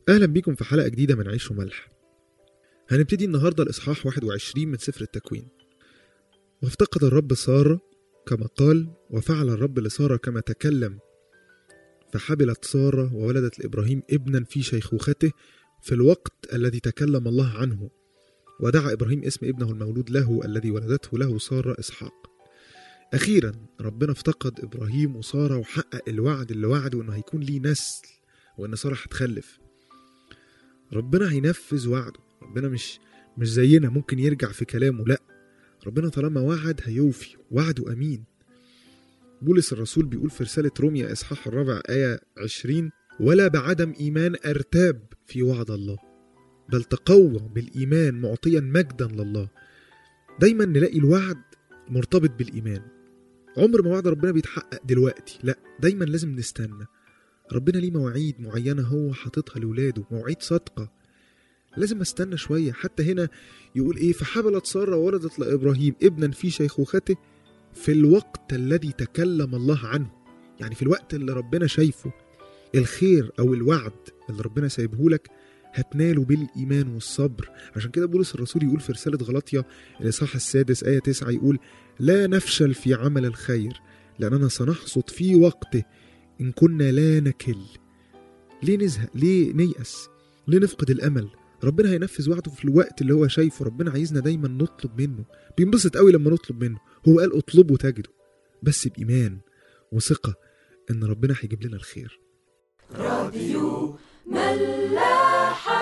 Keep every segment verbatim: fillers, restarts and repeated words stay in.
أهلا بيكم في حلقة جديدة من عيش وملح. هنبتدي النهاردة الإصحاح واحد وعشرين من سفر التكوين. وافتقد الرب سارة كما قال، وفعل الرب لسارة كما تكلم، فحبلت سارة وولدت لإبراهيم ابنا في شيخوخته في الوقت الذي تكلم الله عنه، ودعا إبراهيم اسم ابنه المولود له الذي ولدته له سارة إسحاق. أخيرا ربنا افتقد إبراهيم وسارة وحقق الوعد اللي وعده إنه هيكون ليه نسل وإن سارة هتخلف. ربنا هينفذ وعده. ربنا مش مش زينا ممكن يرجع في كلامه، لا، ربنا طالما وعد هيوفي، وعده أمين. بولس الرسول بيقول في رسالة روميا إصحاح الرابع آية عشرين: ولا بعدم إيمان أرتاب في وعد الله، بل تقوى بالإيمان معطيا مجدا لله. دايما نلاقي الوعد مرتبط بالإيمان. عمر ما وعد ربنا بيتحقق دلوقتي، لا، دايما لازم نستنى. ربنا ليه مواعيد معينة هو حاططها لولاده، مواعيد صادقة، لازم استنى شوية. حتى هنا يقول ايه: فحبلت سارة وولدت لإبراهيم ابنا في شيخوخته في الوقت الذي تكلم الله عنه. يعني في الوقت اللي ربنا شايفه الخير او الوعد اللي ربنا سايبه لك هتناله بالإيمان والصبر. عشان كده بولس الرسول يقول في رسالة غلاطيا الإصحاح السادس آية تسعة يقول: لا نفشل في عمل الخير لأننا سنحصد في وقته إن كنا لا نكل. ليه نزهق؟ ليه نيأس؟ ليه نفقد الأمل؟ ربنا هينفذ وعده في الوقت اللي هو شايفه. ربنا عايزنا دايما نطلب منه، بينبسط قوي لما نطلب منه. هو قال اطلبوا تجدوا، بس بإيمان وثقة إن ربنا هيجيب لنا الخير. راديو ملاحة.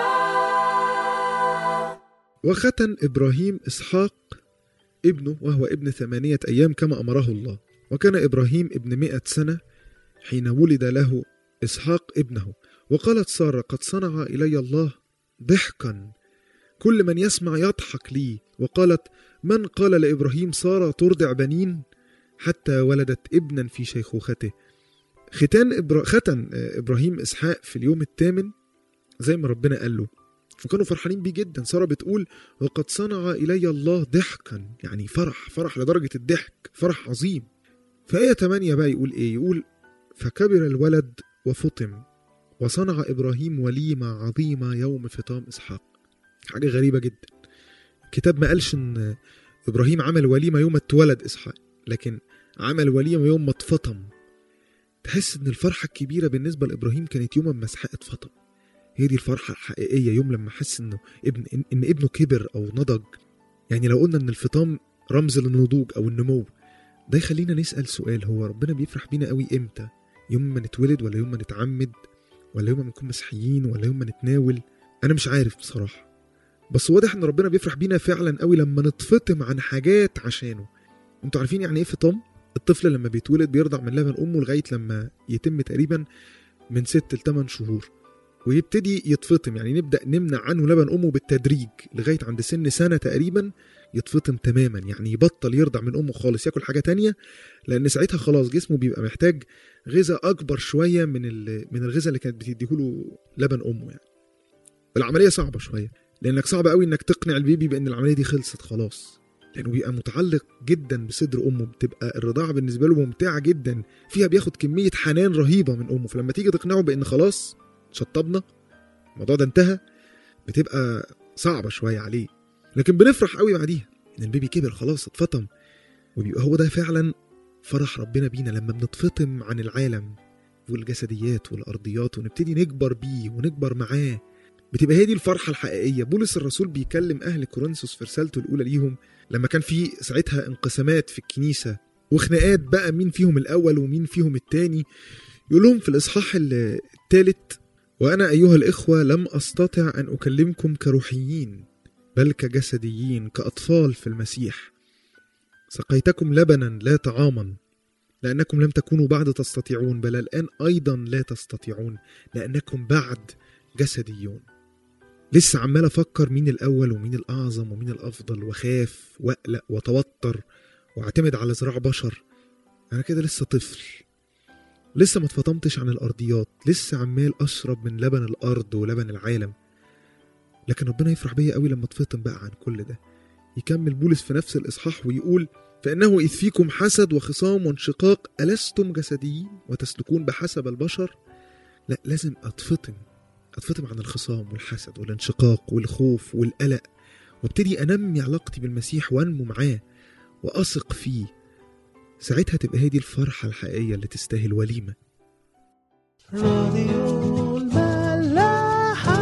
وختن إبراهيم إسحاق ابنه وهو ابن ثمانية أيام كما أمره الله، وكان إبراهيم ابن مئة سنة حين ولد له إسحاق ابنه. وقالت سارة: قد صنع إلي الله ضحكا، كل من يسمع يضحك لي. وقالت: من قال لإبراهيم سارة ترضع بنين؟ حتى ولدت ابنا في شيخوخته. ختان إبرا... ختن إبراهيم إسحاق في اليوم الثامن زي ما ربنا قال له، وكانوا فرحانين بيه جدا. سارة بتقول: وقد صنع إلي الله ضحكا، يعني فرح فرح لدرجة الضحك، فرح عظيم. في آية ثمانية بقى يقول إيه؟ يقول: فكبر الولد وفطم، وصنع إبراهيم وليمة عظيمة يوم فطام إسحاق. حاجة غريبة جدا، الكتاب ما قالش إن إبراهيم عمل وليمة يوم اتولد إسحاق، لكن عمل وليمة يوم ما اتفطم. تحس إن الفرحة الكبيرة بالنسبة لإبراهيم كانت يوم ما إسحاق اتفطم. هي دي الفرحة الحقيقية، يوم لما حس إنه ابن إن ابنه كبر أو نضج. يعني لو قلنا إن الفطام رمز للنضوج أو النمو، ده يخلينا نسأل سؤال: هو ربنا بيفرح بينا قوي إمتى؟ يوم ما نتولد، ولا يوم ما نتعمد، ولا يوم ما نكون مسيحيين، ولا يوم ما نتناول؟ أنا مش عارف بصراحة، بس واضح إن ربنا بيفرح بينا فعلا قوي لما نتفطم عن حاجات عشانه. انتوا عارفين يعني إيه فطام؟ الطفل لما بيتولد بيرضع من لبن أمه لغاية لما يتم تقريبا من ست لثمان شهور، ويبتدي يتفطم. يعني نبدأ نمنع عنه لبن أمه بالتدريج لغاية عند سن سنة تقريبا يتفطم تماما، يعني يبطل يرضع من أمه خالص، يأكل حاجة تانية، لأن ساعتها خلاص جسمه بيبقى محتاج غذاء أكبر شوية من من الغذاء اللي كانت بتديهوله لبن أمه. يعني العملية صعبة شوية، لأنك صعب قوي إنك تقنع البيبي بأن العملية دي خلصت خلاص، لأنه بيبقى متعلق جدا بصدر أمه. بتبقى الرضاعة بالنسبة له ممتعة جدا، فيها بياخد كمية حنان رهيبة من أمه. فلما تيجي تقنعه بأن خلاص شطبنا الموضوع ده انتهى، بتبقى صعبة شوية عليه. لكن بنفرح قوي بعديها إن البيبي كبر خلاص، اتفطم. وبيبقى هو ده فعلا فرح ربنا بينا، لما بنتفطم عن العالم والجسديات والأرضيات ونبتدي نكبر بيه ونكبر معاه. بتبقى هي دي الفرحة الحقيقية. بولس الرسول بيكلم أهل كورنثوس في رسالته الأولى ليهم لما كان في ساعتها انقسامات في الكنيسة وخناقات بقى مين فيهم الأول ومين فيهم التاني. يقول لهم في الإصحاح الثالث: وأنا أيها الإخوة لم أستطع أن أكلمكم كروحيين بل كجسديين، كأطفال في المسيح. سقيتكم لبنا لا طعاما، لأنكم لم تكونوا بعد تستطيعون، بل الآن أيضا لا تستطيعون، لأنكم بعد جسديون. لسه عمال أفكر مين الأول ومين الأعظم ومين الأفضل، وخاف وأقلق وتوتر واعتمد على ذراع بشر. أنا كده لسه طفل، لسه ما اتفطمتش عن الأرضيات، لسه عمال أشرب من لبن الأرض ولبن العالم. لكن ربنا يفرح بيا قوي لما اتفطم بقى عن كل ده. يكمل بولس في نفس الإصحاح ويقول: فإنه إذ فيكم حسد وخصام وانشقاق ألستم جسديين وتسلكون بحسب البشر؟ لا، لازم أتفطم أتفطم عن الخصام والحسد والانشقاق والخوف والقلق، وابتدي أنمي علاقتي بالمسيح وأنمو معاه وأثق فيه. ساعتها تبقى هي دي الفرحة الحقيقية اللي تستاهل وليمة. راديو الملاحة.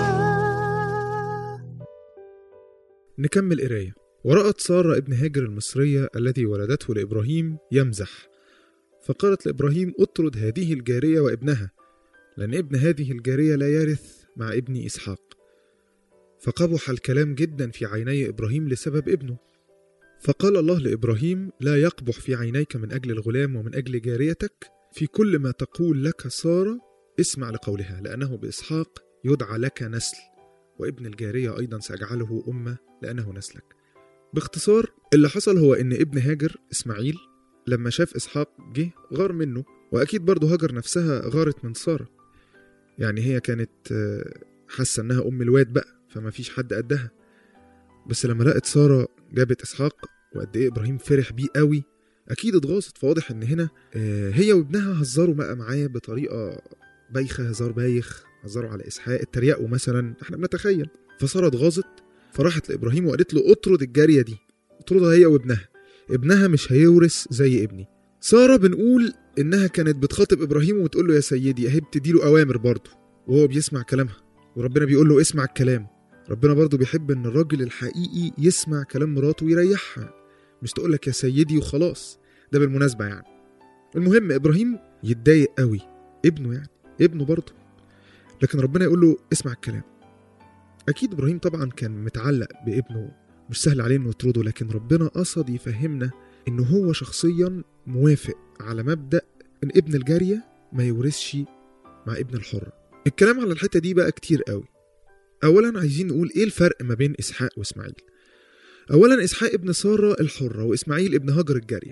نكمل قراية. ورأت سارة ابن هاجر المصرية الذي ولدته لإبراهيم يمزح، فقالت لإبراهيم اطرد هذه الجارية وابنها، لأن ابن هذه الجارية لا يرث مع ابني إسحاق. فقبح الكلام جدا في عيني إبراهيم لسبب ابنه. فقال الله لإبراهيم لا يقبح في عينيك من أجل الغلام ومن أجل جاريتك، في كل ما تقول لك سارة اسمع لقولها، لأنه بإسحاق يدعى لك نسل، وابن الجارية أيضا سأجعله أمة لأنه نسلك. باختصار اللي حصل هو إن ابن هاجر إسماعيل لما شاف إسحاق جه غار منه، وأكيد برضه هاجر نفسها غارت من سارة، يعني هي كانت حاسة إنها أم الواد بقى فما فيش حد قدها. بس لما لقت سارة جابت إسحاق وقد إيه إبراهيم فرح بيه قوي، أكيد اتغاظت. فواضح إن هنا هي وابنها هزروا بقى معاه بطريقة بايخة، هزار بايخ، هزروا على إسحاق، اتريقوا مثلا، احنا بنتخيل. فسارة اتغاظت فراحت لإبراهيم وقالت له اطرد الجارية دي، اطردها هي وابنها، ابنها مش هيورث زي ابني. سارة بنقول إنها كانت بتخاطب إبراهيم وتقول له يا سيدي، أهي بتديله أوامر برضه وهو بيسمع كلامها، وربنا بيقول له اسمع الكلام. ربنا برضه بيحب إن الراجل الحقيقي يسمع كلام مراته ويريحها، مش تقولك يا سيدي وخلاص. ده بالمناسبة يعني. المهم إبراهيم يتضايق قوي، ابنه يعني ابنه برضه، لكن ربنا يقول له اسمع الكلام. أكيد إبراهيم طبعا كان متعلق بابنه، مش سهل عليه إنه يطرده، لكن ربنا قصد يفهمنا إنه هو شخصيا موافق على مبدأ إن ابن الجارية ما يورثش مع ابن الحرة. الكلام على الحتة دي بقى كتير قوي. أولا عايزين نقول إيه الفرق ما بين إسحاق وإسماعيل. أولا إسحاق ابن سارة الحرة وإسماعيل ابن هاجر الجارية.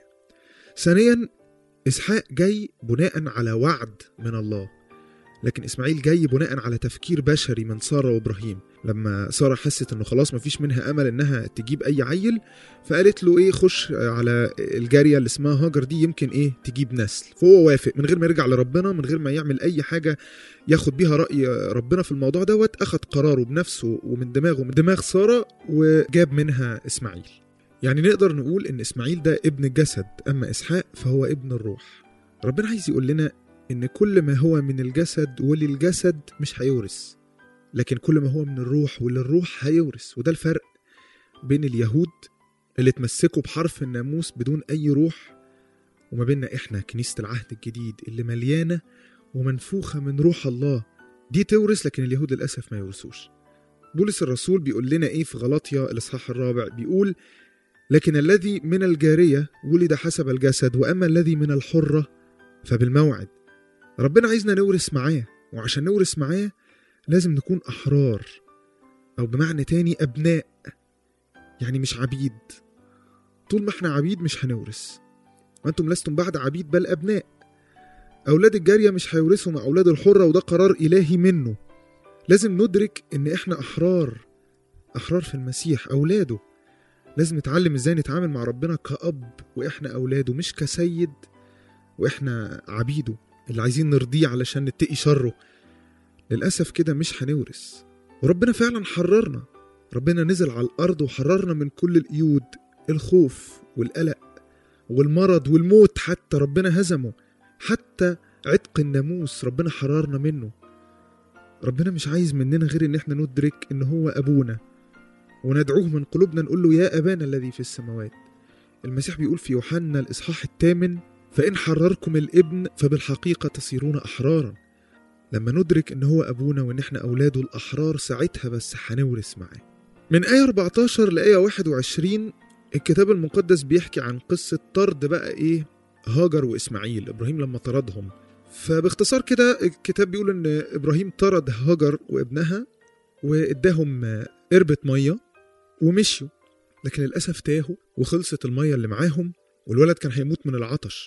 ثانيا إسحاق جاي بناء على وعد من الله، لكن إسماعيل جاي بناء على تفكير بشري من سارة وإبراهيم. لما سارة حست إنه خلاص مفيش منها أمل إنها تجيب أي عيل، فقالت له إيه خش على الجارية اللي اسمها هاجر دي يمكن إيه تجيب نسل. فهو وافق من غير ما يرجع لربنا، من غير ما يعمل أي حاجة ياخد بيها رأي ربنا في الموضوع دوت. أخد قراره بنفسه ومن دماغه من دماغ سارة وجاب منها إسماعيل. يعني نقدر نقول إن إسماعيل ده ابن الجسد، أما إسحاق فهو ابن الروح. ربنا عايز يقول لنا إن كل ما هو من الجسد وللجسد مش هيورث، لكن كل ما هو من الروح وللروح هيورث. وده الفرق بين اليهود اللي تمسكوا بحرف الناموس بدون أي روح، وما بيننا إحنا كنيسة العهد الجديد اللي مليانة ومنفوخة من روح الله، دي تورث لكن اليهود للأسف ما يورثوش. بولس الرسول بيقول لنا إيه في غلاطيا الإصحاح الرابع؟ بيقول لكن الذي من الجارية ولد حسب الجسد، وأما الذي من الحرة فبالموعد. ربنا عايزنا نورث معاه، وعشان نورث معاه لازم نكون أحرار، أو بمعنى تاني أبناء، يعني مش عبيد. طول ما احنا عبيد مش هنورث. وأنتم لستم بعد عبيد بل أبناء. أولاد الجارية مش هيورثوا مع أولاد الحرة، وده قرار إلهي منه. لازم ندرك إن احنا أحرار، أحرار في المسيح، أولاده. لازم نتعلم إزاي نتعامل مع ربنا كأب وإحنا أولاده، مش كسيد وإحنا عبيده اللي عايزين نرضيه علشان نتقي شره. للأسف كده مش هنورث. وربنا فعلا حررنا، ربنا نزل على الأرض وحررنا من كل القيود، الخوف والقلق والمرض والموت، حتى ربنا هزمه. حتى عتق الناموس ربنا حررنا منه. ربنا مش عايز مننا غير ان احنا ندرك ان هو أبونا وندعوه من قلوبنا، نقول له يا أبانا الذي في السماوات. المسيح بيقول في يوحنا الإصحاح الثامن فإن حرركم الابن فبالحقيقة تصيرون أحرارا. لما ندرك إن هو أبونا وإن إحنا أولاده الأحرار، ساعتها بس هنورث معاه. من آية أربعة عشر لآية واحد وعشرين الكتاب المقدس بيحكي عن قصة طرد بقى إيه هاجر وإسماعيل، إبراهيم لما طردهم. فباختصار كده الكتاب بيقول إن إبراهيم طرد هاجر وابنها وإداهم قربة مية ومشيوا، لكن للأسف تاهوا وخلصت المية اللي معاهم والولد كان هيموت من العطش.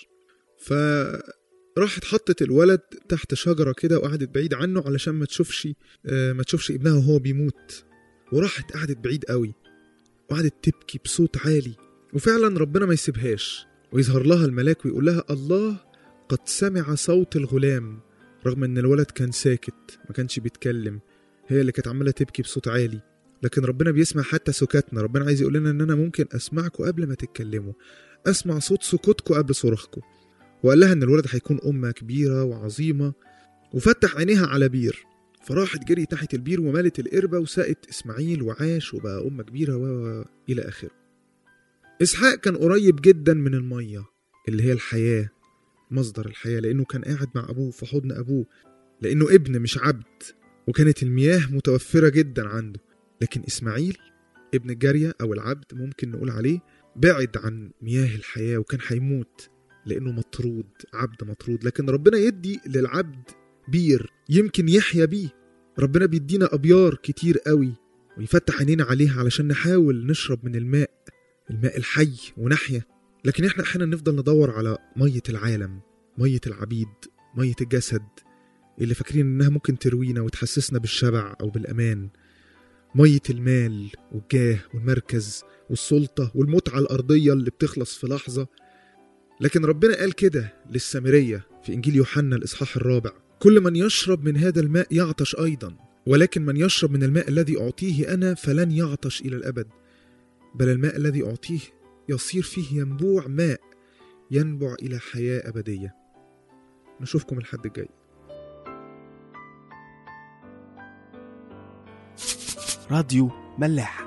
فراحت حطت الولد تحت شجرة كده وقعدت بعيد عنه علشان ما تشوفش ما تشوفش ابنها وهو بيموت. وراحت قعدت بعيد قوي وقعدت تبكي بصوت عالي. وفعلا ربنا ما يسيبهاش ويظهر لها الملاك ويقول لها الله قد سمع صوت الغلام، رغم ان الولد كان ساكت ما كانش بيتكلم. هي اللي كانت عمالة تبكي بصوت عالي، لكن ربنا بيسمع حتى سكاتنا. ربنا عايز يقول لنا ان انا ممكن اسمعكم قبل ما تتكلموا، اسمع صوت سكوتكم قبل صراخكم. وقال لها ان الولد هيكون امة كبيرة وعظيمة، وفتح عينيها على بير، فراحت جريت ناحية البير ومالت القربة وسقت اسماعيل وعاش وبقى امة كبيرة و الى اخره. اسحاق كان قريب جدا من المية اللي هي الحياة، مصدر الحياة، لانه كان قاعد مع ابوه في حضن ابوه، لانه ابن مش عبد، وكانت المياه متوفرة جدا عنده. لكن اسماعيل ابن الجارية او العبد ممكن نقول عليه، بعد عن مياه الحياة وكان هيموت لانه مطرود، عبد مطرود. لكن ربنا يدي للعبد بير يمكن يحيا بيه. ربنا بيدينا ابيار كتير قوي ويفتح عينينا عليها علشان نحاول نشرب من الماء، الماء الحي ونحيا. لكن احنا احيانا نفضل ندور على مية العالم، مية العبيد، مية الجسد اللي فاكرين انها ممكن تروينا وتحسسنا بالشبع او بالامان، مية المال والجاه والمركز والسلطة والمتعة الارضية اللي بتخلص في لحظة. لكن ربنا قال كده للسامرية في انجيل يوحنا الاصحاح الرابع: كل من يشرب من هذا الماء يعطش ايضا، ولكن من يشرب من الماء الذي اعطيه انا فلن يعطش الى الابد، بل الماء الذي اعطيه يصير فيه ينبوع ماء ينبع الى حياة ابدية. نشوفكم الحد الجاي. راديو ملاح.